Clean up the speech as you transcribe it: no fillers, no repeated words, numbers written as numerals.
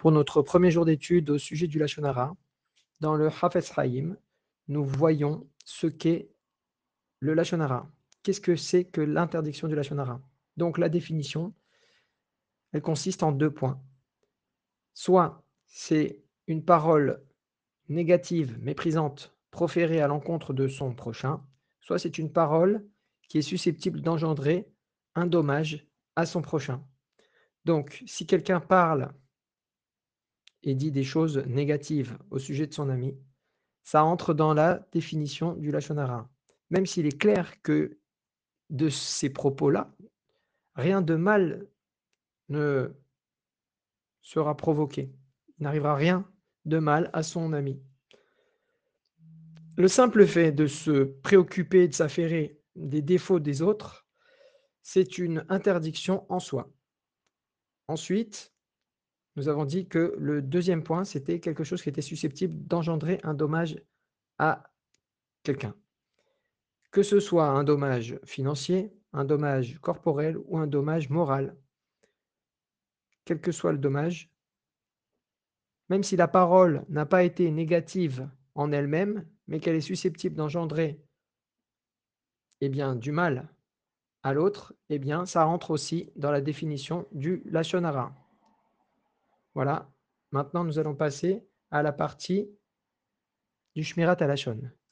Pour notre premier jour d'étude au sujet du Lachon Hara, dans le Hafez Chaim, nous voyons ce qu'est le Lachon Hara. Qu'est-ce que c'est que l'interdiction du Lachon Hara? Donc la définition, elle consiste en 2 points. Soit c'est une parole négative, méprisante, proférée à l'encontre de son prochain, soit c'est une parole qui est susceptible d'engendrer un dommage à son prochain. Donc si quelqu'un parle et dit des choses négatives au sujet de son ami, ça entre dans la définition du Lachon Hara. Même s'il est clair que de ces propos-là, rien de mal ne sera provoqué. Il n'arrivera rien de mal à son ami. Le simple fait de se préoccuper, de s'affairer des défauts des autres, c'est une interdiction en soi. Ensuite, nous avons dit que le deuxième point, c'était quelque chose qui était susceptible d'engendrer un dommage à quelqu'un. Que ce soit un dommage financier, un dommage corporel ou un dommage moral. Quel que soit le dommage, même si la parole n'a pas été négative en elle-même, mais qu'elle est susceptible d'engendrer, eh bien, du mal à l'autre, eh bien, ça rentre aussi dans la définition du Lachon Hara. Voilà, maintenant nous allons passer à la partie du Shmirat HaLashon.